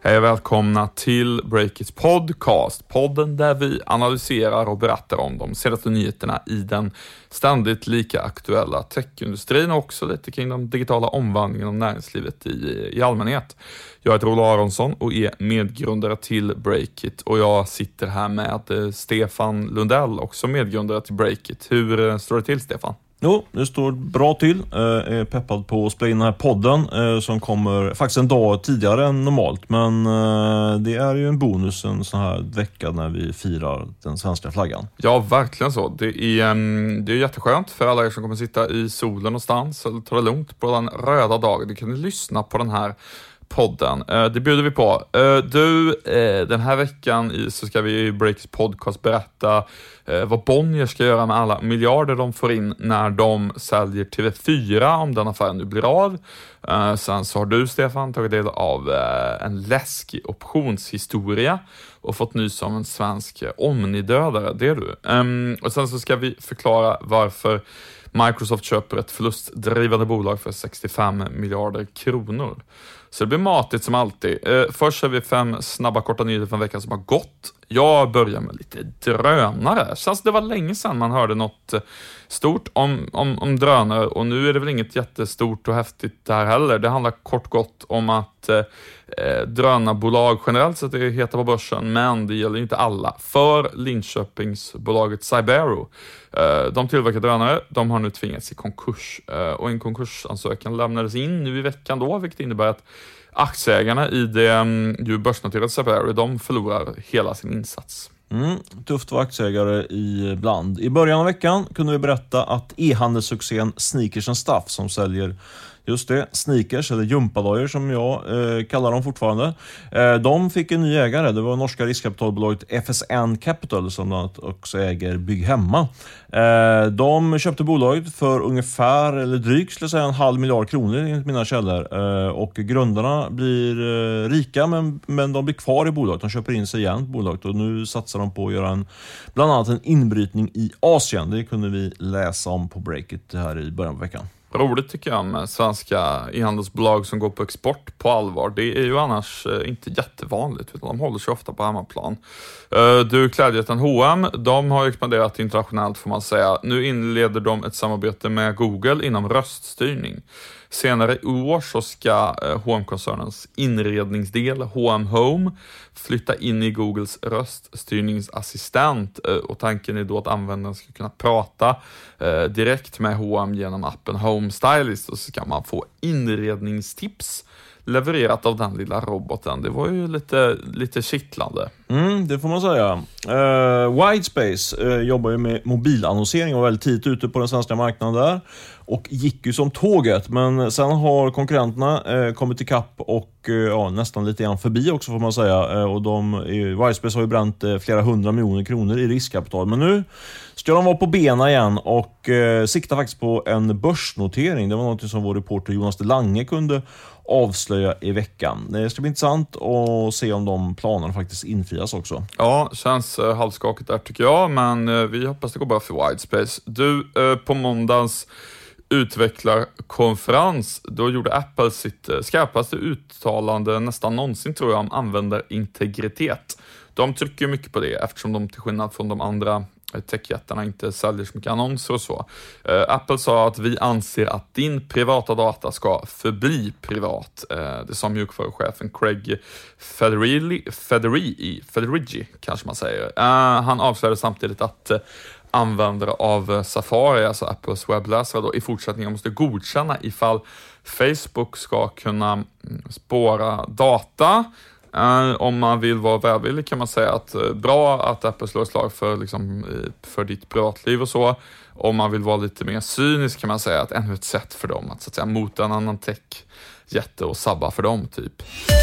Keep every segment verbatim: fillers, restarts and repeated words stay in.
Hej och välkomna till Breakits podcast. Podden där vi analyserar och berättar om de senaste nyheterna i den ständigt lika aktuella techindustrin och också lite kring de digitala omvandlingen av näringslivet i, i allmänhet. Jag heter Ola Aronsson och är medgrundare till Breakit och jag sitter här med Stefan Lundell, också medgrundare till Breakit. Hur står det till, Stefan? Jo, det står bra till. Jag är peppad på att spela in den här podden som kommer faktiskt en dag tidigare än normalt. Men det är ju en bonus en sån här vecka när vi firar den svenska flaggan. Ja, verkligen så. Det är, det är jätteskönt för alla er som kommer sitta i solen någonstans eller ta det lugnt på den röda dagen. Du kan lyssna på den här podden. Det bjuder vi på. Du, den här veckan så ska vi i Breaks podcast berätta vad Bonnier ska göra med alla miljarder de får in när de säljer T V fyra, om den affären nu blir av. Sen så har du, Stefan, tagit del av en läskig optionshistoria och fått nys om en svensk omnidödare. Det är du. Och sen så ska vi förklara varför Microsoft köper ett förlustdrivande bolag för sextiofem miljarder kronor. Så det blir matigt som alltid. Eh, först har vi fem snabba korta nyheter från veckan som har gått. Jag börjar med lite drönare. Känns det var länge sedan man hörde något stort om, om, om drönare. Och nu är det väl inget jättestort och häftigt där heller. Det handlar kort gott om att eh, drönarbolag generellt sett är heta på börsen. Men det gäller ju inte alla. För Linköpingsbolaget Cyberro. Eh, de tillverkar drönare. De har nu tvingats i konkurs. Eh, och en konkursansökan lämnades in nu i veckan då. Vilket innebär att aktieägarna i det ju börsnoterade Cyberro, de förlorar hela sin insats. Mm, tufft att vara aktieägare ibland. I början av veckan kunde vi berätta att e-handelssuccén Sneakers and Stuff, som säljer just det, sneakers eller gympadojor som jag eh, kallar dem fortfarande. Eh, de fick en ny ägare. Det var norska riskkapitalbolaget F S N Capital som bland annat också äger Bygghemma. Eh, de köpte bolaget för ungefär, eller drygt skulle jag säga, en halv miljard kronor enligt mina källor. Eh, och grundarna blir eh, rika men, men de blir kvar i bolaget. De köper in sig igen på bolaget och nu satsar de på att göra en, bland annat en inbrytning i Asien. Det kunde vi läsa om på Breakit här i början av veckan. Roligt tycker jag med svenska e-handelsbolag som går på export på allvar. Det är ju annars inte jättevanligt, utan de håller sig ofta på hemmaplan. Du, klädjätten H och M, de har expanderat internationellt får man säga. Nu inleder de ett samarbete med Google inom röststyrning. Senare i år så ska H och M-koncernens inredningsdel H och M Home flytta in i Googles röststyrningsassistent och tanken är då att användaren ska kunna prata direkt med H och M genom appen Home Stylist och så kan man få inredningstips levererat av den lilla roboten. Det var ju lite, lite kittlande. Mm, det får man säga. Uh, Widespace uh, jobbar ju med mobilannonsering och var väldigt tidigt ute på den svenska marknaden där. Och gick ju som tåget. Men sen har konkurrenterna uh, kommit ikapp och uh, ja, nästan lite grann förbi också får man säga. Uh, och de, uh, Widespace har ju bränt uh, flera hundra miljoner kronor i riskkapital. Men nu ska de vara på bena igen och uh, sikta faktiskt på en börsnotering. Det var något som vår reporter Jonas de Lange kunde avslöja i veckan. Det ska bli intressant att se om de planerna faktiskt infrias också. Ja, känns uh, halvskakigt där tycker jag, men uh, vi hoppas det går bra för Widespace. Du, uh, på måndagens utvecklarkonferens, då gjorde Apple sitt uh, skarpaste uttalande nästan någonsin tror jag om användarintegritet. De trycker mycket på det eftersom de till skillnad från de andra techjättarna inte säljer så mycket annonser och så. Uh, Apple sa att vi anser att din privata data ska förbli privat. Uh, det sa mjukvaruchefen Craig Federighi, Federighi, Federighi kanske man säger. Uh, han avslöjade samtidigt att uh, användare av Safari, alltså Apples webbläsare då, i fortsättningen måste godkänna ifall Facebook ska kunna spåra data. Uh, om man vill vara välvillig kan man säga att uh, bra att Apple slår ett slag för, liksom, uh, för ditt privatliv och så. Om man vill vara lite mer cynisk kan man säga att ännu ett sätt för dem att, så att säga, mota en annan tech-jätte och sabba för dem typ.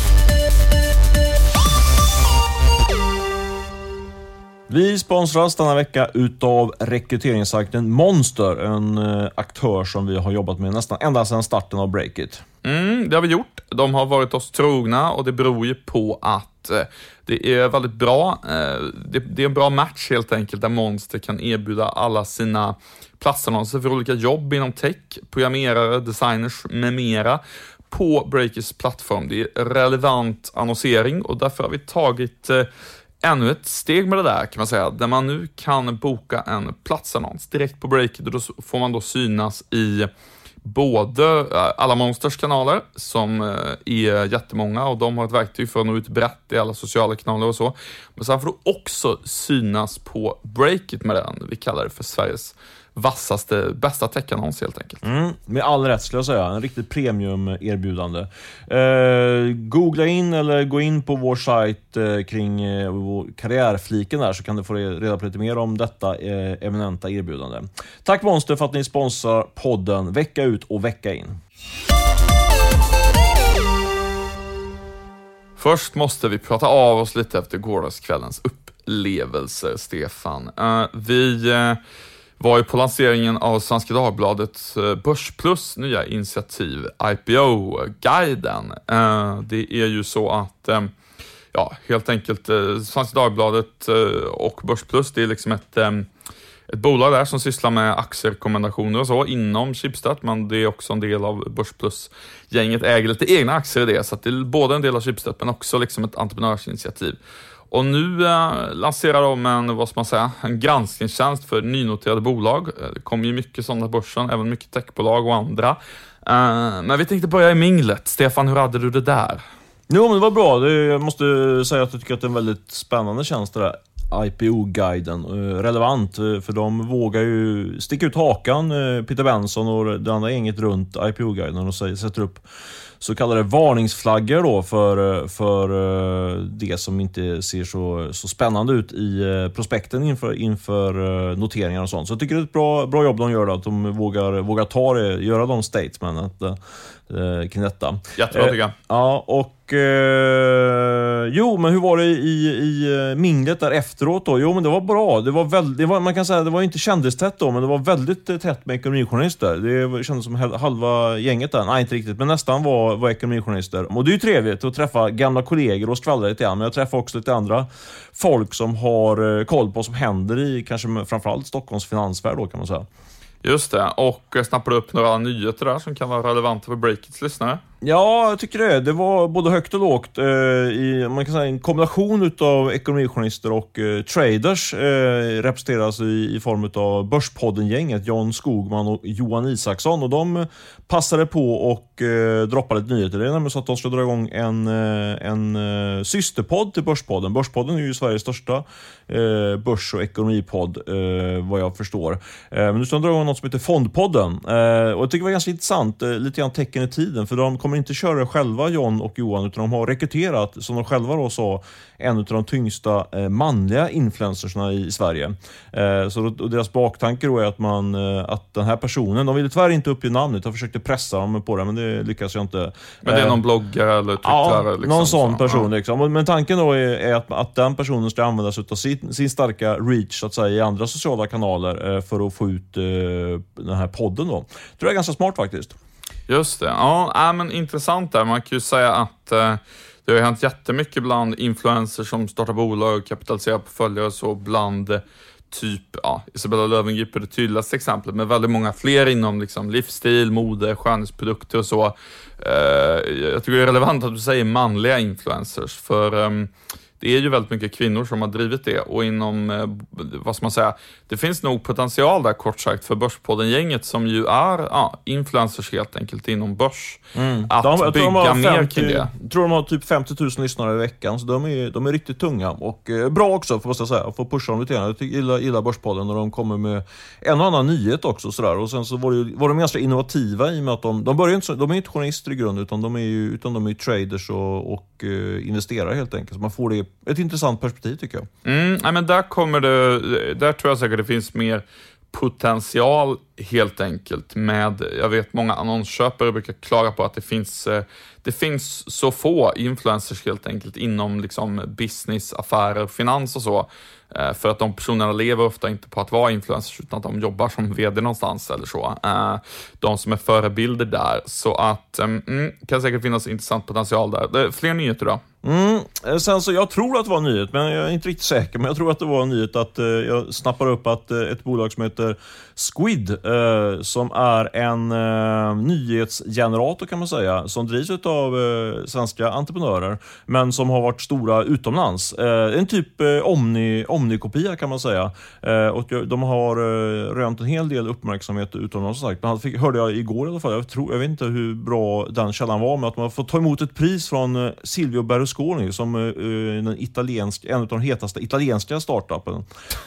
Vi sponsras denna vecka utav rekryteringssajten Monster, en eh, aktör som vi har jobbat med nästan ända sedan starten av Breakit. Mm, det har vi gjort. De har varit oss trogna och det beror ju på att eh, det är väldigt bra. Eh, det, det är en bra match helt enkelt där Monster kan erbjuda alla sina platsannonser för olika jobb inom tech, programmerare, designers med mera på Breakers plattform. Det är relevant annonsering och därför har vi tagit eh, ännu ett steg med det där kan man säga, där man nu kan boka en platsannons direkt på Breaker och då får man då synas i både alla Monsters kanaler som är jättemånga och de har ett verktyg för att nå ut brett i alla sociala kanaler och så. Men sen får du också synas på Breakit med den. Vi kallar det för Sveriges vassaste, bästa tech-annons helt enkelt. Mm, med all rätt skulle jag säga. En riktigt premium-erbjudande. Eh, googla in eller gå in på vår sajt eh, kring eh, vår karriärfliken där så kan du få reda på lite mer om detta eh, eminenta erbjudande. Tack Monster för att ni sponsrar podden vecka ut och vecka in. Först måste vi prata av oss lite efter gårdagskvällens upplevelser, Stefan. Uh, vi... Uh, var ju på lanseringen av Svenska Dagbladets Börsplus nya initiativ, I P O-guiden. Det är ju så att, ja, helt enkelt Svenska Dagbladet och Börsplus, det är liksom ett, ett bolag där som sysslar med aktierekommendationer och så inom Schibsted, men det är också en del av Börsplus-gänget, äger lite egna aktier i det, så att det är både en del av Schibsted men också liksom ett entreprenörsinitiativ. Och nu eh, lanserar de en, vad ska man säga, en granskningstjänst för nynoterade bolag. Det kommer ju mycket sådana börsen, även mycket techbolag och andra. Eh, men vi tänkte börja i minglet. Stefan, hur hade du det där? Jo, men det var bra. Det, jag måste säga att jag tycker att det är en väldigt spännande tjänst det där. I P O-guiden. Relevant, för de vågar ju sticka ut hakan, Peter Benson och det andra gänget runt I P O-guiden, och sätter upp så kallade varningsflaggor då för, för det som inte ser så, så spännande ut i prospekten inför, inför noteringar och sånt. Så jag tycker det är ett bra, bra jobb de gör då, att de vågar, vågar ta det, göra de statements eh, kring detta. Jättebra tycker jag. Eh, ja, och eh, jo, men hur var det i, i minglet där efteråt då? Jo, men det var bra. Det var väldigt, det var, man kan säga det var inte kändistätt då, men det var väldigt tätt med ekonomijournalister. Det kändes som halva gänget där. Nej, inte riktigt, men nästan var, var ekonomijournalister. Och det är ju trevligt att träffa gamla kollegor och skvallra lite grann, men jag träffar också lite andra folk som har koll på vad som händer i kanske framförallt Stockholms finansvärld då, kan man säga. Just det, och snappade upp några nyheter där som kan vara relevanta för Breakits lyssnare. Ja, jag tycker det. Det var både högt och lågt. Eh, i, man kan säga en kombination av ekonomijournalister och eh, traders eh, representeras i, i form av Börspodden-gänget, John Skogman och Johan Isaksson. Och de passade på och eh, droppade lite nyheter. Det är nämligen så att de ska dra igång en, en eh, systerpodd till Börspodden. Börspodden är ju Sveriges största eh, börs- och ekonomipodd, eh, vad jag förstår. Eh, men nu ska de dra igång något som heter Fondpodden. Eh, och jag tycker det var ganska intressant, eh, lite grann tecken i tiden, för de kommer inte köra själva, John och Johan, utan de har rekryterat, som de själva då sa, en av de tyngsta eh, manliga influencersna i, i Sverige. Eh, så då, och deras baktanke då är att man eh, att den här personen, de ville tyvärr inte uppge namnet, jag försökte pressa dem på det, men det lyckas jag inte. Men det är någon bloggare eller twittrare? Ja, liksom, någon sån så. person. Ja. Liksom. Men tanken då är, är att, att den personen ska använda sig av sin, sin starka reach så att säga, i andra sociala kanaler eh, för att få ut eh, den här podden då. Det tror jag är ganska smart faktiskt. Just det, ja, äh, men intressant där. Man kan ju säga att eh, det har hänt jättemycket bland influencers som startar bolag och kapitaliserar på följare, så bland eh, typ, ja, Isabella Löwengrip är det tydligaste exemplet, men väldigt många fler inom liksom, livsstil, mode, skönhetsprodukter och så. Eh, jag tycker det är relevant att du säger manliga influencers, för eh, det är ju väldigt mycket kvinnor som har drivit det, och inom, eh, vad ska man säga, det finns nog potential där kort sagt för Börspodden-gänget som ju är ja, influencers helt enkelt inom börs. Mm. Att de, bygga de mer femtio, kring det. Jag tror de har typ femtio tusen lyssnare i veckan, så de är, de är riktigt tunga och eh, bra också, får jag säga, att få pusha dem lite grann. Jag gillar, gillar Börspodden när de kommer med en och annan nyhet också sådär. Och sen så var, det, var de ganska innovativa i och med att de, de börjar inte, de är inte journalister i grund, utan de är ju, utan de är traders och, och uh, investerare helt enkelt. Så man får det, ett intressant perspektiv tycker jag. Mm, nej, men där kommer det, där tror jag säkert det finns mer potential helt enkelt med, jag vet många annonsköpare brukar klaga på att det finns det finns så få influencers helt enkelt inom liksom business, affärer, finans och så, för att de personerna lever ofta inte på att vara influencers utan att de jobbar som vd någonstans eller så. De som är förebilder där, så att mm, kan säkert finnas intressant potential där. Fler nyheter då? Mm. Sen så, jag tror att det var en nyhet, men jag är inte riktigt säker, men jag tror att det var en nyhet att eh, jag snappar upp att eh, ett bolag som heter Squid eh, som är en eh, nyhetsgenerator kan man säga, som drivs av eh, svenska entreprenörer, men som har varit stora utomlands. Eh, en typ eh, omni, omnikopia kan man säga. Eh, och de har eh, rönt en hel del uppmärksamhet utomlands. Sagt. Men fick, hörde jag igår i alla fall, jag, tror, jag vet inte hur bra den källan var, med att man får ta emot ett pris från eh, Silvio Berlusconi som eh, den italiensk, en av de hetaste italienska startupen.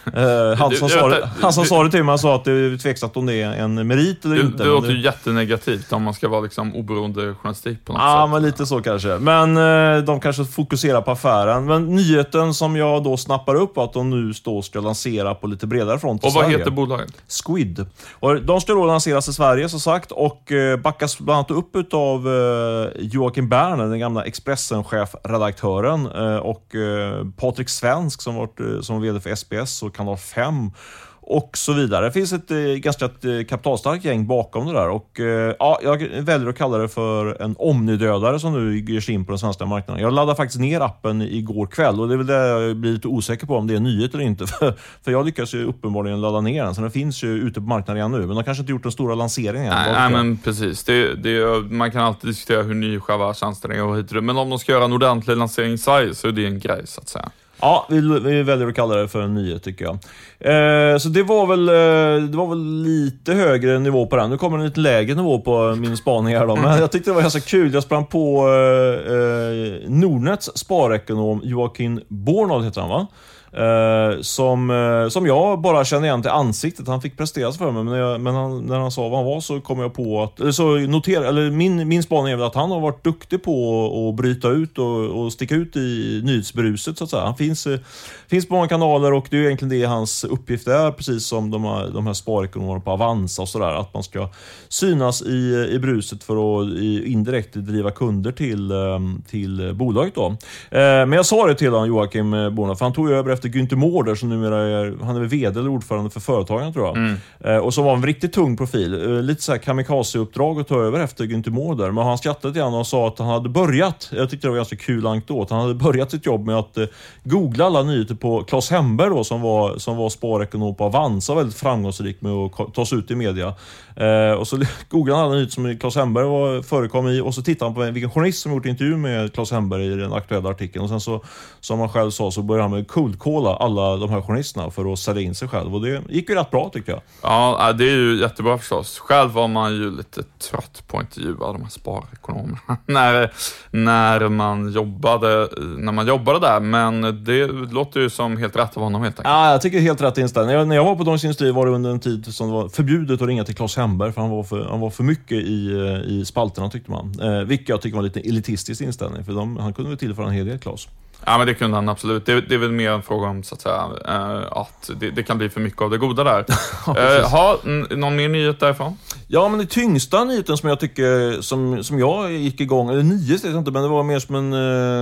Eh, han som, sa, det, han som sa det till mig sa att det är tveksamt om det är en merit eller det, inte. Det låter det... ju jättenegativt om man ska vara liksom oberoende journalistik på något ja, sätt. Men lite så kanske. Men eh, de kanske fokuserar på affären. Men nyheten som jag då snappar upp att de nu då ska lansera på lite bredare front i Och vad Sverige. heter bolaget? Squid. Och de ska då lanseras i Sverige som sagt och eh, backas bland annat upp av eh, Joakim Berner, den gamla Expressen-chefredaktören eh, och eh, Patrik Svensk som varit eh, som vd för S B S och Kanal fem och så vidare. Det finns ett eh, ganska ett, eh, kapitalstarkt gäng bakom det där och eh, ja, jag väljer att kalla det för en omnidödare som nu ger sig in på den svenska marknaden. Jag laddade faktiskt ner appen igår kväll och det är väl det jag blir lite osäker på om det är nyhet eller inte för, för jag lyckas ju uppenbarligen ladda ner den så den finns ju ute på marknaden igen nu men de har kanske inte gjort den stora lanseringen. Nej, nej men precis. Det, det, man kan alltid diskutera hur ny själva tjänsten är och hit och dit. Men om de ska göra en ordentlig lansering i Sverige så är det en grej så att säga. Ja, vi, vi väljer att kalla det för en nyhet tycker jag. Eh, så det var väl eh, det var väl lite högre nivå på den. Nu kommer en lite lägre nivå på min spaning här då. Men jag tyckte det var ganska kul. Jag sprang på eh, eh, Nordnets sparekonom Joakim Bornold heter han va? Uh, som, uh, som jag bara kände igen till ansiktet. Han fick presteras för mig men, jag, men han, när han sa vad han var så kom jag på att eller så notera, eller min, min spaning är väl att han har varit duktig på att bryta ut och, och sticka ut i nyhetsbruset så att säga. Han finns, uh, finns på många kanaler och det är egentligen det hans uppgift är, precis som de här, de här sparekonomerna på Avanza och sådär, att man ska synas i, i bruset för att i, indirekt driva kunder till, um, till bolaget då. Uh, men jag sa det till han, Joakim Bornold, för han tog över efter Günther Mårder som numera är, han är vd eller ordförande för företagen tror jag. Mm. Eh, och som var en riktigt tung profil. Eh, lite så här kamikaze-uppdrag att ta över efter Günther Mårder. Men han skrattade igen och sa att han hade börjat, jag tyckte det var ganska kul anekdot, han hade börjat sitt jobb med att eh, googla alla nyheter på Claes Hemberg då, som var, som var sparekonom på Avanza, väldigt framgångsrik med att ta sig ut i media. Eh, och så googlade han alla nyheter som Claes Hemberg var, förekom i och så tittade han på vilken journalist som gjort intervju med Claes Hemberg i den aktuella artikeln och sen så, som han själv sa, så började han med cold call alla de här journalisterna för att sälja in sig själv och det gick ju rätt bra tycker jag. Ja, det är ju jättebra förstås. Själv var man ju lite trött på att intervjua de här sparekonomerna när, när, man jobbade, när man jobbade där, men det låter ju som helt rätt av honom helt enkelt. Ja, jag tycker helt rätt inställning. När jag, när jag var på Dagens Industri var det under en tid som det var förbjudet att ringa till Claes Hemberg för han var för, han var för mycket i, i spalterna tyckte man. Eh, vilket jag tycker var lite elitistisk inställning för de, han kunde väl tillföra en hel del Claes. Ja, men det kunde han absolut. Det, det är väl mer en fråga om så att säga äh, att det, det kan bli för mycket av det goda där. ja, äh, ha, n- någon mer nyhet därifrån? Ja, men det tyngsta nyheten som jag tycker som, som jag gick igång, eller nyhet vet jag inte, men det var mer som en,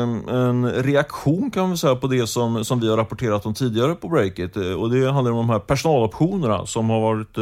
en reaktion kan man säga på det som, som vi har rapporterat om tidigare på Breakit. Och det handlar om de här personaloptionerna som har varit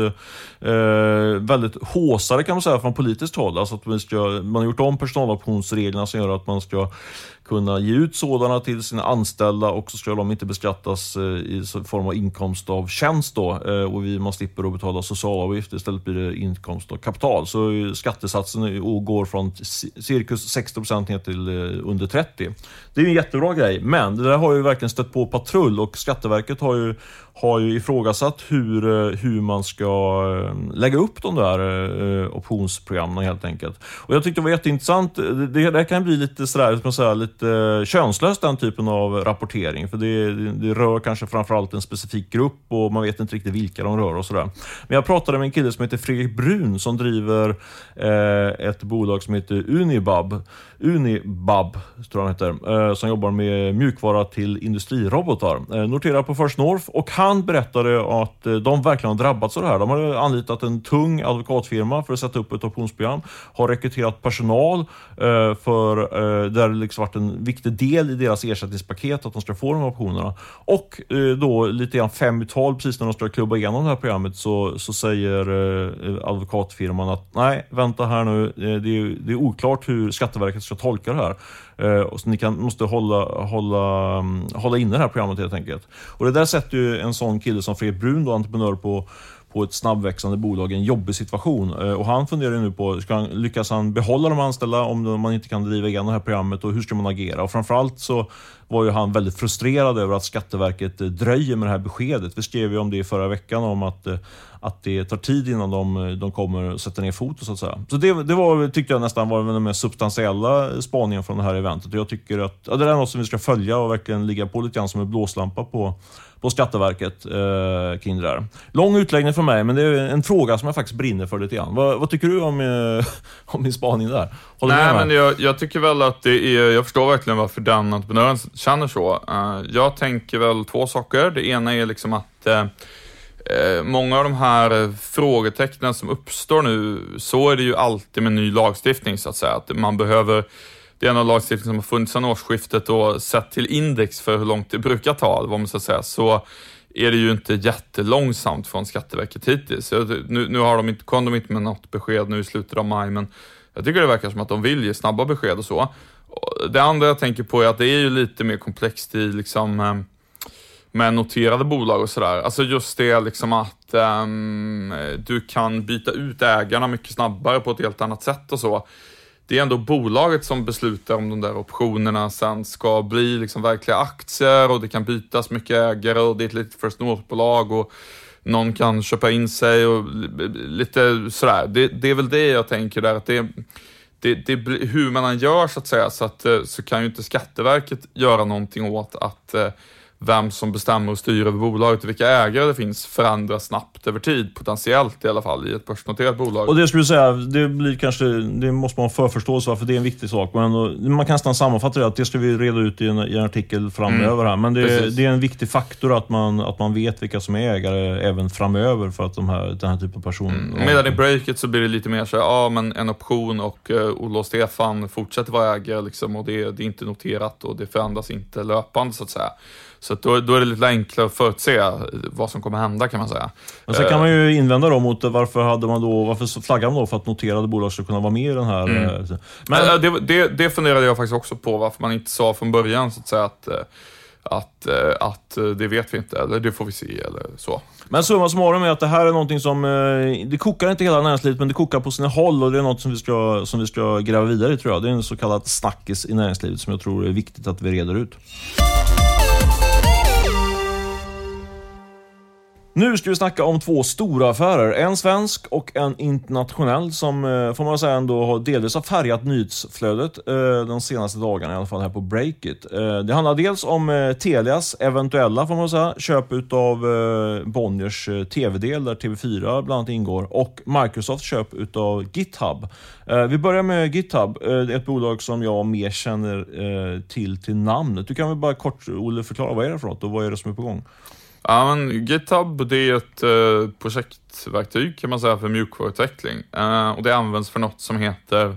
eh, väldigt håsade kan man säga från politiskt håll. Alltså att man, ska, man har gjort om personaloptionsreglerna som gör att man ska kunna ge ut sådana till sina anställda och så ska de inte beskattas i form av inkomst av tjänst då, och vi, man slipper att betala socialavgift, istället blir det inkomst av kapital. Så skattesatsen går från cirkus sextio procent ner till under trettio. Det är en jättebra grej, men det där har ju verkligen stött på patrull och Skatteverket har ju har ju ifrågasatt hur, hur man ska lägga upp de där eh, optionsprogrammen helt enkelt. Och jag tyckte det var jätteintressant. Det, det kan bli lite sådär, som säga, lite könslöst den typen av rapportering. För det, det, det rör kanske framförallt en specifik grupp och man vet inte riktigt vilka de rör och sådär. Men jag pratade med en kille som heter Fredrik Brun som driver eh, ett bolag som heter Unibab. Unibab tror jag heter. Eh, som jobbar med mjukvara till industrirobotar. Eh, noterar på First North och han berättade att de verkligen har drabbats av det här. De har anlitat en tung advokatfirma för att sätta upp ett optionsprogram. Har rekryterat personal för där det liksom varit en viktig del i deras ersättningspaket att de ska få de här optionerna. Och då lite grann fem i tolv precis när de ska klubba igenom det här programmet så, så säger advokatfirman att nej, vänta här nu. Det är, det är oklart hur Skatteverket ska tolka det här. Och så ni kan, måste hålla, hålla, hålla inne det här programmet helt enkelt. Och det där sätter ju en sån kille som Fredrik Brun, då, entreprenör på, på ett snabbväxande bolag i en jobbig situation. Och han funderar nu på, ska han, lyckas han behålla de anställda om man inte kan driva igenom det här programmet, och hur ska man agera? Och framförallt så var ju han väldigt frustrerad över att Skatteverket dröjer med det här beskedet. Vi skrev ju om det i förra veckan, om att, att det tar tid innan de, de kommer sätta ner foten, så att säga. Så det, det var, tyckte jag nästan var den mest substantiella spaningen från det här eventet. Och jag tycker att ja, det är något som vi ska följa och verkligen ligga på lite grann som en blåslampa på, på Skatteverket eh, kring det där. Lång utläggning från mig, men det är en fråga som jag faktiskt brinner för lite grann. Vad, vad tycker du om, eh, om min spaning där? Håller Nej, men jag, jag tycker väl att det är, jag förstår verkligen varför den entreprenören känner så. Uh, jag tänker väl två saker. Det ena är liksom att uh, många av de här frågetecknen som uppstår nu, så är det ju alltid med ny lagstiftning, så att säga. Att man behöver, det är en av lagstiftning som har funnits sedan årsskiftet, och sett till index för hur långt det brukar ta, vad man ska säga, så är det ju inte jättelångsamt från Skatteverket hittills. Nu, nu har de inte, kom de inte med något besked nu i slutet av maj, men jag tycker det verkar som att de vill ge snabba besked och så. Det andra jag tänker på är att det är ju lite mer komplext i liksom med noterade bolag och sådär. Alltså just det liksom att um, du kan byta ut ägarna mycket snabbare på ett helt annat sätt och så. Det är ändå bolaget som beslutar om de där optionerna sen ska bli liksom verkliga aktier, och det kan bytas mycket ägare, och det är ett litet First North-bolag och någon kan köpa in sig och lite sådär. Det, det är väl det jag tänker där, att det, det, det hur man än gör så att säga, så, att, så kan ju inte Skatteverket göra någonting åt att vem som bestämmer och styr över bolaget och vilka ägare det finns förändras snabbt över tid, potentiellt i alla fall i ett börsnoterat bolag. Och det skulle jag säga, det blir kanske, det måste man ha förförståelse varför det är en viktig sak, men man kan nästan sammanfatta det att det ska vi reda ut i en, i en artikel framöver här, men det, det är en viktig faktor att man, att man vet vilka som är ägare även framöver, för att de här, den här typen av personer. Mm. Medan i breaket så blir det lite mer så här, ja men en option och uh, Olle och Stefan fortsätter vara ägare liksom, och det, det är inte noterat och det förändras inte löpande så att säga. Så att då, då är det lite enklare att förutse vad som kommer hända, kan man säga. Men sen kan man ju invända då mot varför hade man då, varför flaggar man då för att noterade bolag ska kunna vara med i den här. Mm. Men det, det, det funderade jag faktiskt också på, varför man inte sa från början så att säga att, att, att det vet vi inte, eller det får vi se eller så. Men summa summarum är att det här är någonting som, det kokar inte hela näringslivet, men det kokar på sina håll, och det är något som vi ska, som vi ska gräva vidare, tror jag. Det är en så kallad snackis i näringslivet som jag tror är viktigt att vi reder ut. Nu ska vi snacka om två stora affärer, en svensk och en internationell, som får man säga ändå har delvis har färgat nyhetsflödet eh, de senaste dagarna, i alla fall här på Breakit. Eh, det handlar dels om eh, Telias eventuella, får man säga, köp utav eh, Bonniers eh, tv-del där T V fyra bland annat ingår, och Microsoft köp utav GitHub. Eh, vi börjar med GitHub, eh, ett bolag som jag mer känner eh, till till namnet. Du kan väl bara kort, Olle, förklara vad är det för något och vad är det som är på gång? Ja, men GitHub, det är ett eh, projektverktyg kan man säga för mjukvaruutveckling. Eh, och det används för något som heter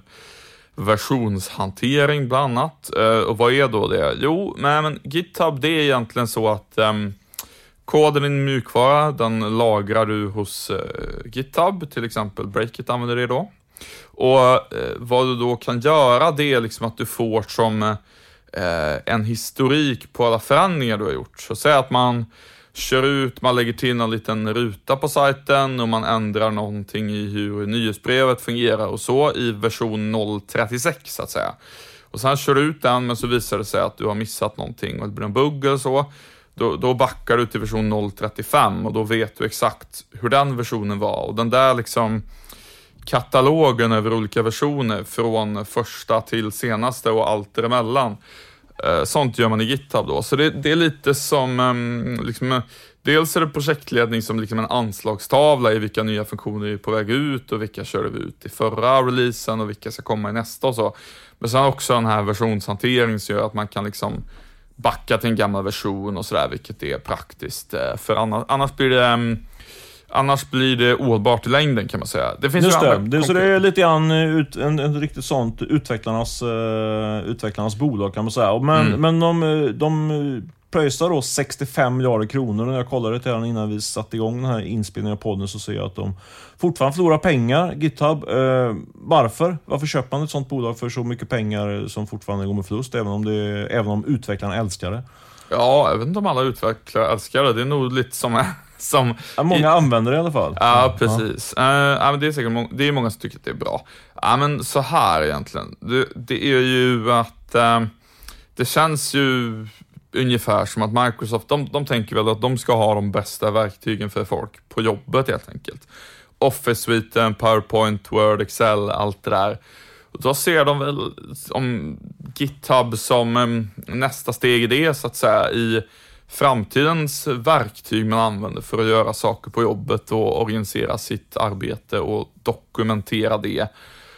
versionshantering bland annat. Eh, och vad är då det? Jo, nej, men GitHub, det är egentligen så att eh, koden i en mjukvara, den lagrar du hos eh, GitHub, till exempel Breakit använder det då. Och eh, vad du då kan göra, det är liksom att du får som eh, en historik på alla förändringar du har gjort. Så säg att man kör ut, man lägger till en liten ruta på sajten och man ändrar någonting i hur nyhetsbrevet fungerar och så i version noll punkt trettiosex så att säga. Och sen kör du ut den, men så visar det sig att du har missat någonting och det blir en bugg eller så. Då, då backar du till version noll punkt trettiofem och då vet du exakt hur den versionen var. Och den där liksom katalogen över olika versioner från första till senaste och allt däremellan, sånt gör man i GitHub då. Så det, det är lite som um, liksom, dels är det projektledning som liksom en anslagstavla i vilka nya funktioner är på väg ut och vilka kör vi ut i förra releasen och vilka ska komma i nästa och så. Men sen också den här versionshantering som gör att man kan liksom backa till en gammal version och sådär, vilket är praktiskt. För annars, annars blir det um, Annars blir det ohållbart i längden, kan man säga. Det finns Just ju det. det så det är lite grann ut, en, en riktigt sånt utvecklarnas, uh, utvecklarnas bolag, kan man säga. Men, mm. men de, de pröjsar då sextiofem miljarder kronor. När jag kollade till den innan vi satte igång den här inspelningen av podden, så ser jag att de fortfarande förlorar pengar, GitHub. Uh, varför? Varför köper man ett sånt bolag för så mycket pengar som fortfarande går med förlust, även om, det, även om utvecklarna älskar det? Ja, jag vet inte om alla utvecklare älskar det. Det är nog lite som som ja, många i, använder det i alla fall. Ja, precis. Ja. Uh, ja, men det är säkert må- det är många som tycker att det är bra. Ja, men så här egentligen. Det, det är ju att uh, det känns ju ungefär som att Microsoft, de, de tänker väl att de ska ha de bästa verktygen för folk på jobbet helt enkelt. Office-suiten, PowerPoint, Word, Excel, allt det där. Och då ser de väl om GitHub som um, nästa steg i det, så att säga, i framtidens verktyg man använder för att göra saker på jobbet och organisera sitt arbete och dokumentera det.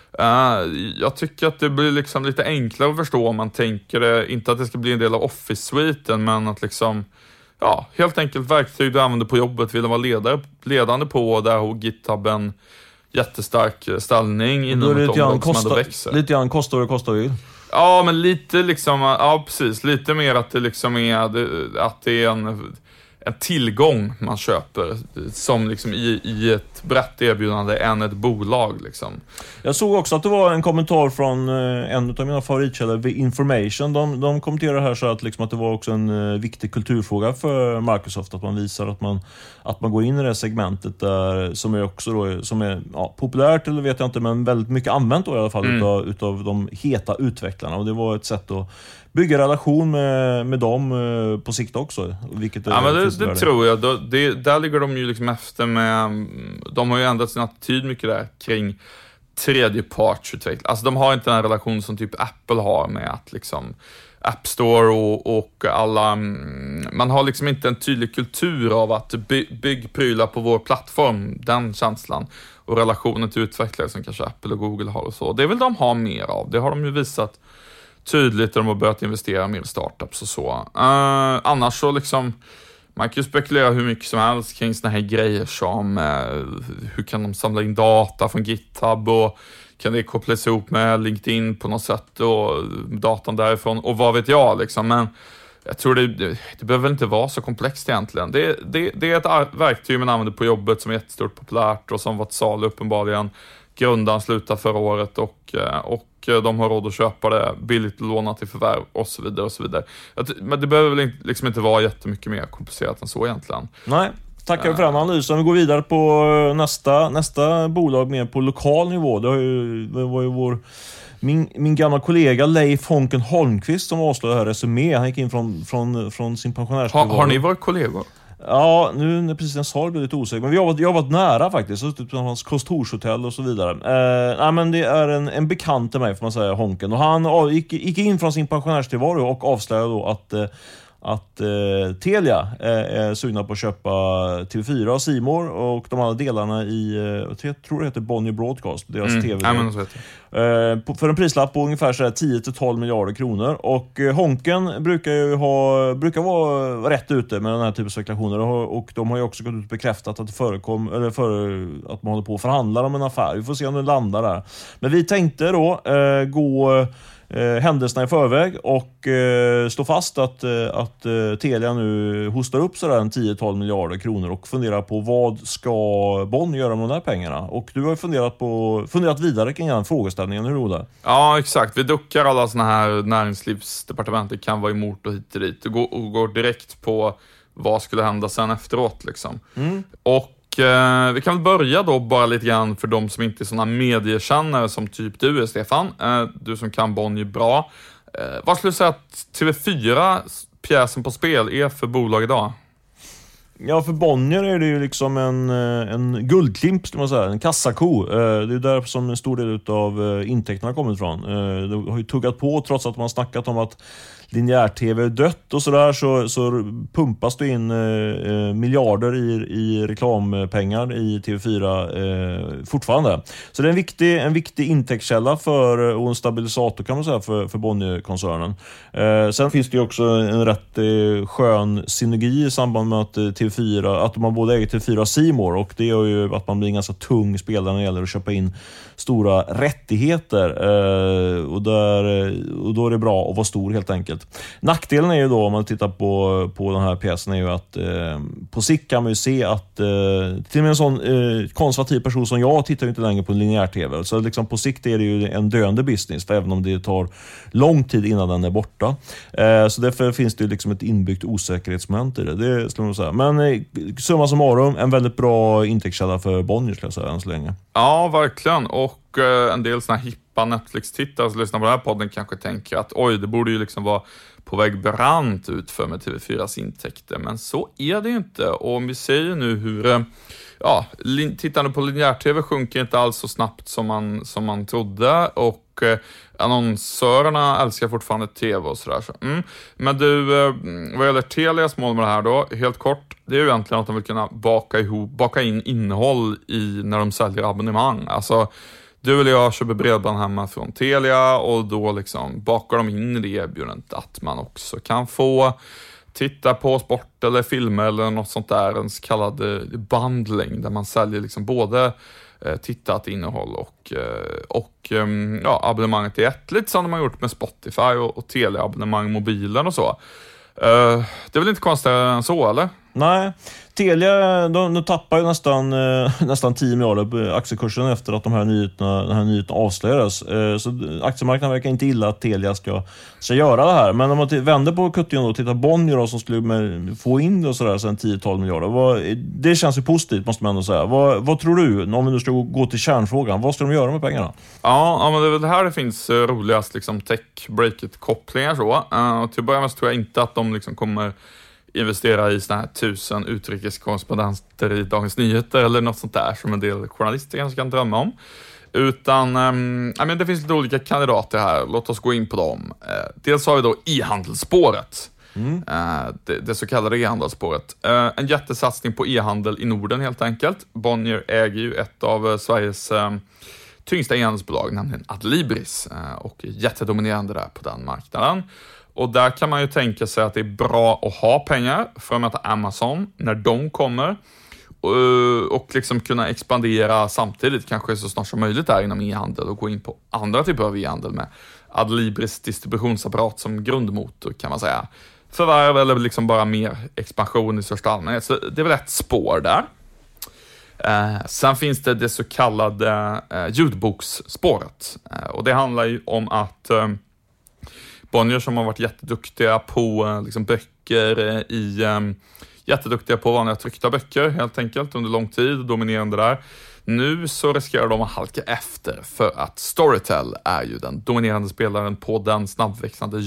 Uh, jag tycker att det blir liksom lite enklare att förstå om man tänker det, inte att det ska bli en del av Office-suiten, men att liksom, ja, helt enkelt verktyg du använder på jobbet vill vara ledare, ledande på, och där har GitHub en jättestark ställning inom ett område som ändå växer. Lite grann kostar det kostar vill. Ja, men lite liksom, ja precis, lite mer att det liksom är, att det är en, en tillgång man köper som liksom i, i ett brett erbjudande än ett bolag liksom. Jag såg också att det var en kommentar från en av mina favoritkällor, The Information. De, de kommenterar här så att, liksom att det var också en viktig kulturfråga för Microsoft att man visar att man, att man går in i det segmentet där, som är också då, som är ja, populärt eller vet jag inte, men väldigt mycket använt då, i alla fall mm. utav, utav de heta utvecklarna, och det var ett sätt att bygga relation med, med dem på sikt också. Vilket ja, men det, det tror jag. Det, det, där ligger de ju liksom efter med, de har ju ändrat sin attityd mycket där kring tredjepartsutveckling. Alltså de har inte den relation som typ Apple har med att liksom App Store och, och alla, man har liksom inte en tydlig kultur av att by, bygg prylar på vår plattform, den känslan, och relationen till utvecklare som kanske Apple och Google har och så. Det vill de ha mer av. Det har de ju visat tydligt när de har börjat investera mer i startups och så. Uh, annars så liksom, man kan ju spekulera hur mycket som helst kring såna här grejer som uh, hur kan de samla in data från GitHub, och kan det kopplas ihop med LinkedIn på något sätt och datan därifrån, och vad vet jag liksom. Men jag tror det, det, det behöver inte vara så komplext egentligen. Det, det, det är ett verktyg man använder på jobbet som är jättestort populärt och som varit salu uppenbarligen. Grundaren slutade förra året och, och de har råd att köpa det billigt, låna till förvärv och så vidare och så vidare. Men det behöver väl liksom inte vara jättemycket mer komplicerat än så egentligen. Nej, tackar för den analysen. Vi går vidare på nästa, nästa bolag mer på lokal nivå. Det, har ju, det var ju vår, min, min gamla kollega Leif Honken Holmqvist som avslöjade här Resumé. Han gick in från, från, från sin pensionärstillvaro. Har, har ni varit kollegor? Ja, nu när precis jag sa det blev lite osäker. Men vi har varit, jag har varit nära faktiskt. Så typ på hans kontorshotell och så vidare. Eh, nej, men det är en, en bekant till mig, får man säga, Honken. Och han av, gick, gick in från sin pensionärstillvaro och avslöjade då att eh, att eh, Telia eh, är sugna på att köpa T V fyra och C More och de andra delarna i, eh, jag tror det heter Bonnier Broadcast, deras mm. T V. Ja, men så eh, på, för en prislapp på ungefär så här tio till tolv miljarder kronor. Och eh, Honken brukar ju ha, brukar vara rätt ute med den här typen av spekulationer, och, och de har ju också gått ut och bekräftat att det förekom, eller för, att man håller på att förhandla om en affär. Vi får se om det landar där. Men vi tänkte då eh, gå Eh, händelserna i förväg och eh, stå fast att, eh, att eh, Telia nu hostar upp sådär en tio till tolv miljarder kronor och funderar på vad ska Bonn göra med de här pengarna. Och du har ju funderat, på, funderat vidare kring den frågeställningen, hur är det? Ja, exakt. Vi duckar alla såna här näringslivsdepartement. Det kan vara emot och hit och dit och går, och går direkt på vad skulle hända sen efteråt liksom. Mm. Och Eh, vi kan väl börja då bara lite grann för de som inte är såna mediekännare som typ du är, Stefan. Eh, du som kan Bonnier bra. Eh, vad skulle du säga att T V fyra, pjäsen på spel, är för bolag idag? Ja, för Bonnier är det ju liksom en, en guldklimp, skulle man säga, en kassako. Det är där som en stor del av intäkterna har kommit ifrån. Det har ju tuggat på, trots att man snackat om att linjär-tv är dött och sådär, så, så pumpas det in eh, miljarder i, i reklampengar i T V fyra eh, fortfarande. Så det är en viktig, en viktig intäktskälla för, och en stabilisator kan man säga för, för Bonnier-koncernen. Eh, sen finns det ju också en rätt eh, skön synergi i samband med att T V fyra, att man både äger T V fyra och C More, och det gör ju att man blir en ganska tung spelare när det gäller att köpa in stora rättigheter, eh, och, där, och då är det bra att vara stor helt enkelt. Nackdelen är ju då, om man tittar på, på den här pjäsen, är ju att eh, på sikt kan man ju se att eh, till och med en sån eh, konservativ person som jag tittar ju inte längre på linjär-tv, så liksom på sikt är det ju en döende business, för även om det tar lång tid innan den är borta. Eh, så därför finns det ju liksom ett inbyggt osäkerhetsmoment i det, det skulle man säga. Men Men summa summarum, en väldigt bra intäktskälla för Bonnier skulle jag säga än så länge. Ja, verkligen. Och eh, en del såna här hippa Netflix-tittare som lyssnar på den här podden kanske tänker att oj, det borde ju liksom vara på väg brant ut för med T V fyras intäkter. Men så är det ju inte. Och om vi säger nu hur... Eh, ja, lin- tittande på linjär-tv sjunker inte alls så snabbt som man, som man trodde. Och eh, annonsörerna älskar fortfarande tv och sådär. Så, mm. Men du, eh, vad gäller Telias mål med det här då, helt kort, det är ju egentligen att de vill kunna baka, ihop, baka in innehåll i när de säljer abonnemang. Alltså, du eller jag köper bredband hemma från Telia och då liksom bakar de in i det erbjudandet att man också kan få titta på sport eller filmer eller något sånt där, en så kallad bundling där man säljer liksom både eh, tittat innehåll och, eh, och eh, ja, abonnemanget i ett, lite som de har gjort med Spotify och, och teleabonnemang, mobilen och så. Eh, det är väl inte konstigare än så, eller? Nej, Telia de, de tappar ju nästan, eh, nästan tio miljarder på aktiekursen efter att de här nyheterna, den här nyheten avslöjades. Eh, så aktiemarknaden verkar inte illa att Telia ska, ska göra det här. Men om man t- vänder på kuttingen och tittar Bonnier då, som skulle med, få in det och sådär sen tio till tolv miljarder. Vad, det känns ju positivt måste man ändå säga. Vad, vad tror du, om vi nu ska gå till kärnfrågan, vad ska de göra med pengarna? Ja, ja men det är väl det här det finns uh, roligast liksom tech-breaket-kopplingar så. Uh, och till att börja med så tror jag inte att de liksom kommer investera i såna här tusen utrikeskorrespondenter i Dagens Nyheter eller något sånt där som en del journalister kanske kan drömma om. Utan, um, I mean, det finns lite olika kandidater här. Låt oss gå in på dem. Uh, dels har vi då e-handelsspåret. Mm. Uh, det, det så kallade e-handelsspåret. Uh, en jättesatsning på e-handel i Norden helt enkelt. Bonnier äger ju ett av uh, Sveriges um, tyngsta e-handelsbolag, nämligen Adlibris. Uh, och är jättedominerande där på den marknaden. Och där kan man ju tänka sig att det är bra att ha pengar för att möta Amazon när de kommer. Och, och liksom kunna expandera samtidigt, kanske så snart som möjligt där inom e-handel och gå in på andra typer av e-handel med Adlibris distributionsapparat som grundmotor kan man säga. Förvärv eller liksom bara mer expansion i största allmänhet. Så det är väl ett spår där. Eh, sen finns det det så kallade eh, ljudboksspåret. Eh, och det handlar ju om att eh, Bonnier som har varit jätteduktiga på liksom, böcker i um, jätteduktiga på vanliga tryckta böcker helt enkelt under lång tid, dominerande där. Nu så riskerar de att halka efter för att Storytel är ju den dominerande spelaren på den snabbväxande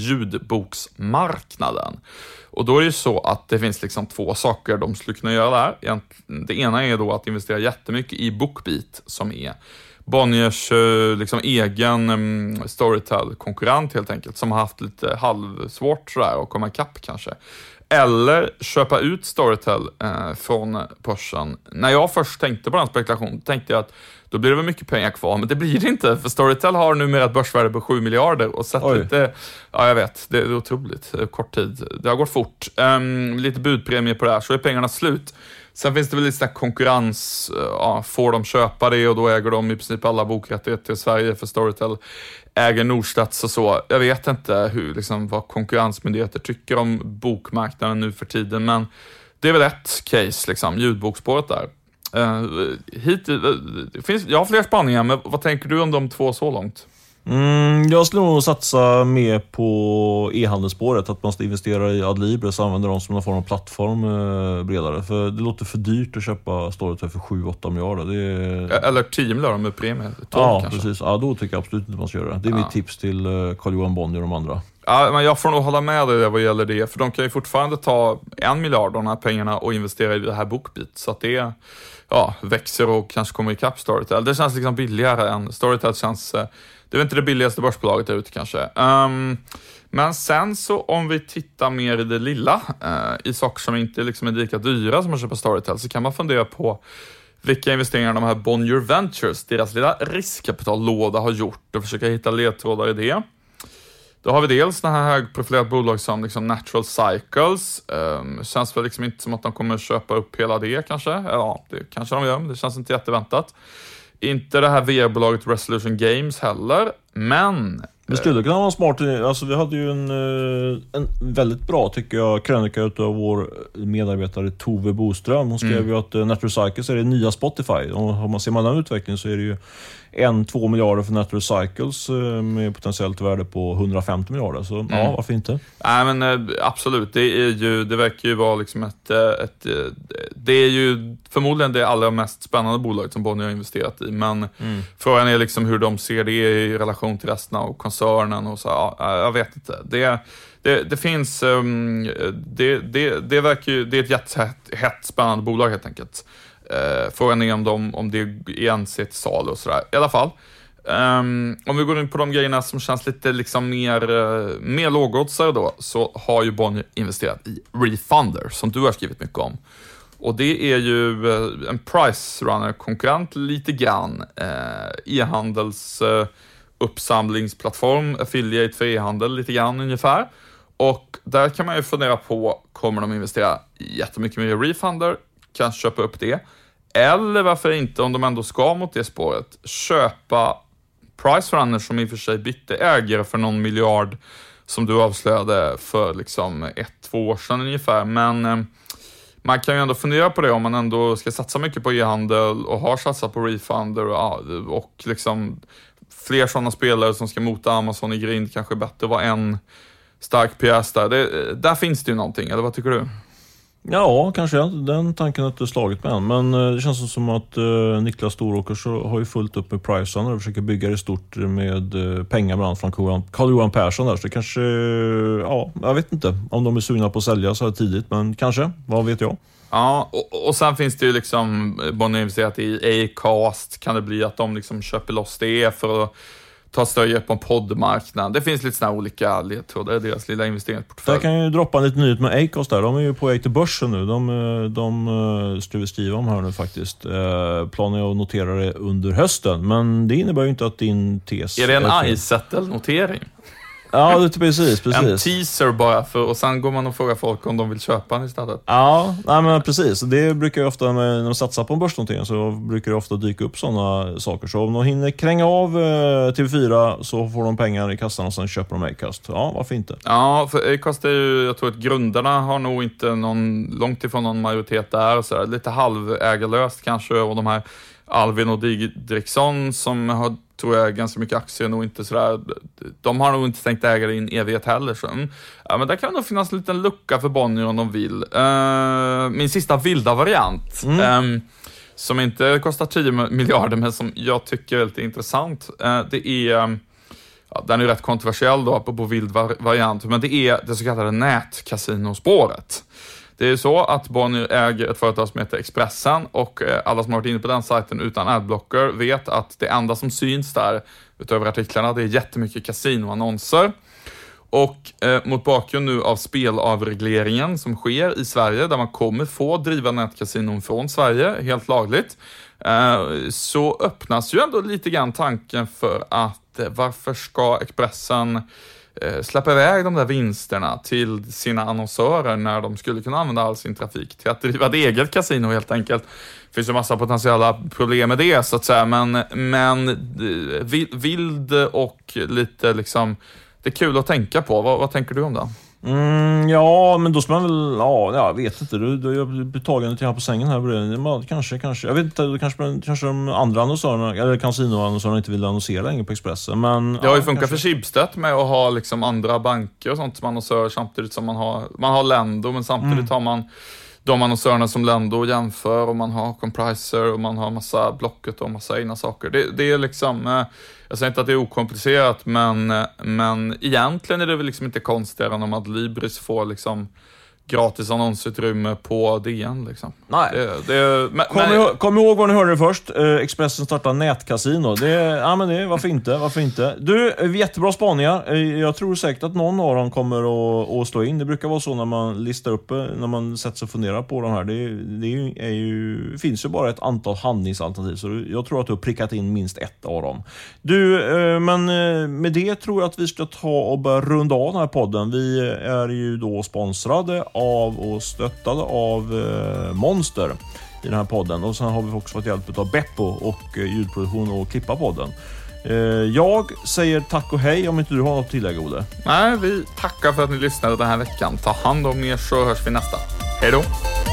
ljudboksmarknaden. Och då är det ju så att det finns liksom två saker de skulle kunna göra där. Det ena är då att investera jättemycket i BookBeat som är Bonniers liksom egen um, Storytel-konkurrent helt enkelt, som har haft lite halvsvårt sådär att komma ikapp kanske. Eller köpa ut Storytel eh, från börsen. När jag först tänkte på den spekulationen tänkte jag att då blir det väl mycket pengar kvar, men det blir det inte, för Storytel har numera ett börsvärde på sju miljarder och sett lite, ja jag vet, det är otroligt kort tid. Det har gått fort. Um, lite budpremie på det här, så är pengarna slut. Sen finns det väl lite sån här konkurrens, ja, får de köpa det och då äger de i princip alla bokrättigheter i Sverige för Storytel äger Nordstats och så. Jag vet inte hur, liksom, vad konkurrensmyndigheter tycker om bokmarknaden nu för tiden, men det är väl ett case, liksom, ljudbokspåret där. Uh, hit, uh, det finns, jag har fler spaningar, men vad tänker du om de två så långt? Mm, jag skulle nog satsa mer på e-handelsspåret, att man ska investera i Adlibris och använda dem som någon form av plattform eh, bredare. För det låter för dyrt att köpa Storytel för sju åtta miljarder. Det är... Eller tio miljarder med premie. Ja, kanske. Precis. Ja, då tycker jag absolut inte man ska göra det. Det är ja. mitt tips till eh, Carl-Johan Bonnier och de andra. Ja, men jag får nog hålla med dig vad gäller det. För de kan ju fortfarande ta en miljard av de här pengarna och investera i det här BookBeat. Så att det ja, växer och kanske kommer ikapp Storytel. Det känns liksom billigare än Storytel känns... Det är väl inte det billigaste börsbolaget där ute kanske. Um, men sen så om vi tittar mer i det lilla, uh, i saker som inte liksom är lika dyra som att köpa Storytel, så kan man fundera på vilka investeringar de här Bonnier Ventures, deras lilla riskkapitallåda, har gjort och försöka hitta ledtrådar i det. Då har vi dels den här högprofilerade bolag som liksom Natural Cycles. Um, känns väl liksom inte som att de kommer köpa upp hela det kanske. Ja, det kanske de gör, men det känns inte jätteväntat. Inte det här V R-bolaget Resolution Games heller, men Det skulle kunna vara smart. Alltså, vi hade ju en, en väldigt bra, tycker jag, krönika utav vår medarbetare Tove Boström. Hon skrev mm. ju att NetRecycles är det nya Spotify. Och om man ser man den utvecklingen så är det ju en, två miljarder för NetRecycles med potentiellt värde på hundrafemtio miljarder. Så mm. ja, varför inte? Nej, men absolut. Det är ju, det verkar ju vara liksom ett, ett det är ju förmodligen det allra mest spännande bolaget som Bonnier har investerat i. Men mm. frågan är liksom hur de ser det i relation till resten av koncernen och så. Ja, jag vet inte. Det, det, det finns um, det, det, det verkar ju, det är ett jättehett spännande bolag helt enkelt. Uh, frågan är om, de, om det igen ser till sal och sådär. I alla fall. Um, om vi går in på de grejerna som känns lite liksom mer, uh, mer lågoddsare då, så har ju Bonnier investerat i Refunder som du har skrivit mycket om. Och det är ju uh, en price runner konkurrent lite grann. Uh, e-handels uh, uppsamlingsplattform, affiliate för e-handel lite grann ungefär. Och där kan man ju fundera på, kommer de investera jättemycket mer i Refunder? Kanske köpa upp det. Eller varför inte, om de ändå ska mot det spåret, köpa PriceRunner som i och för sig bytte ägare för någon miljard som du avslöjade för liksom ett, två år sedan ungefär. Men eh, man kan ju ändå fundera på det om man ändå ska satsa mycket på e-handel och har satsat på Refunder och, och liksom fler sådana spelare som ska mota Amazon i grind, kanske bättre vara en stark pjäs där. Det, där finns det ju någonting, eller vad tycker du? Ja, kanske den tanken har inte slagit med än. Men det känns som att uh, Niklas Storåkers har ju fullt upp med Priceon och försöker bygga det stort med uh, pengar bland annat från Carl-Johan Persson där. Så det kanske, uh, ja, jag vet inte om de är sugna på att sälja så här tidigt, men kanske, vad vet jag. Ja, och, och sen finns det ju liksom Bonnier investerat i Acast. Kan det bli att de liksom köper loss det för att ta större på en poddmarknad? Det finns lite såna olika ledtrådar i deras lilla investeringsportfölj. Jag kan ju droppa en liten nyhet med Acast där. De är ju på väg till börsen nu. De, de ska vi skriva om här nu faktiskt. Eh, planen är att notera det under hösten. Men det innebär ju inte att din tes... Är det en iSettle-notering? Ja, det är precis, precis. En teaser bara, för, och sen går man och frågar folk om de vill köpa den istället. Ja, nej, men precis. Det brukar ju ofta, när de satsar på en börsnotering, så brukar det ofta dyka upp sådana saker. Så om de hinner kränga av eh, T V fyra så får de pengar i kassan och sen köper de Acast. Ja, varför inte? Ja, för Acast är ju, jag tror att grundarna har nog inte någon, långt ifrån någon majoritet där. Så där, lite halvägarlöst kanske, och de här Alvin och Didriksson som har, tror jag, ganska mycket aktier, nog inte sådär, de har nog inte tänkt äga det i en evighet heller. Så. Ja, men där kan nog finnas en liten lucka för Bonnier om de vill. Uh, min sista vilda variant, mm. um, som inte kostar tio miljarder, men som jag tycker är lite intressant, uh, det är, um, ja, den är rätt kontroversiell då på, på vild variant, men det är det så kallade nätkasinospåret. Det är så att Bonnier äger ett företag som heter Expressen, och alla som har varit inne på den sajten utan adblocker vet att det enda som syns där utöver artiklarna, det är jättemycket kasinoannonser. Och eh, mot bakgrund nu av spelavregleringen som sker i Sverige, där man kommer få driva nätkasinon från Sverige helt lagligt, eh, så öppnas ju ändå lite grann tanken för att eh, varför ska Expressen släppa iväg de där vinsterna till sina annonsörer när de skulle kunna använda all sin trafik till att driva ett eget kasino helt enkelt. Det finns ju massa potentiella problem med det, så att säga, men, men vild och lite liksom, det är kul att tänka på. Vad, vad tänker du om det? Mm, ja, men då ska man väl, ja, jag vet inte, du, du jag blir tagen lite här på sängen här, kanske, kanske, jag vet inte, kanske, kanske de andra annonsörerna, eller kasinoannonsörerna inte vill annonsera längre på Expressen, men... Det har ju ja, funkat kanske. För Schibsted med att ha liksom andra banker och sånt som annonsör, samtidigt som man har, man har Lendo, men samtidigt mm. har man de annonsörerna som Lendo jämför, och man har Compriser och man har massa Blocket och massa egna saker. Det, det är liksom, jag säger inte att det är okomplicerat, men, men egentligen är det väl liksom inte konstigare än om att Libris får liksom gratis annonsutrymme på D N liksom. Nej. Det, det, men, kom, men... ihåg, kom ihåg vad ni hörde det först. Eh, Expressen startar nätkasino. Det, ja, men det, varför inte? Varför inte? Du, jättebra spaningar. Eh, jag tror säkert att någon av dem kommer att, att slå in. Det brukar vara så när man listar upp, när man sätter sig och funderar på de här. Det, det är ju, är ju, finns ju bara ett antal handlingsalternativ, så jag tror att du har prickat in minst ett av dem. Du, eh, men med det tror jag att vi ska ta och börja runda av den här podden. Vi är ju då sponsrade av och stöttade av eh, Monster i den här podden, och sen har vi också fått hjälp av Beppo och eh, ljudproduktion och klippa podden. Eh, jag säger tack och hej om inte du har något tillägg, Olle. Nej, vi tackar för att ni lyssnade den här veckan. Ta hand om er så hörs vi nästa. Hej då!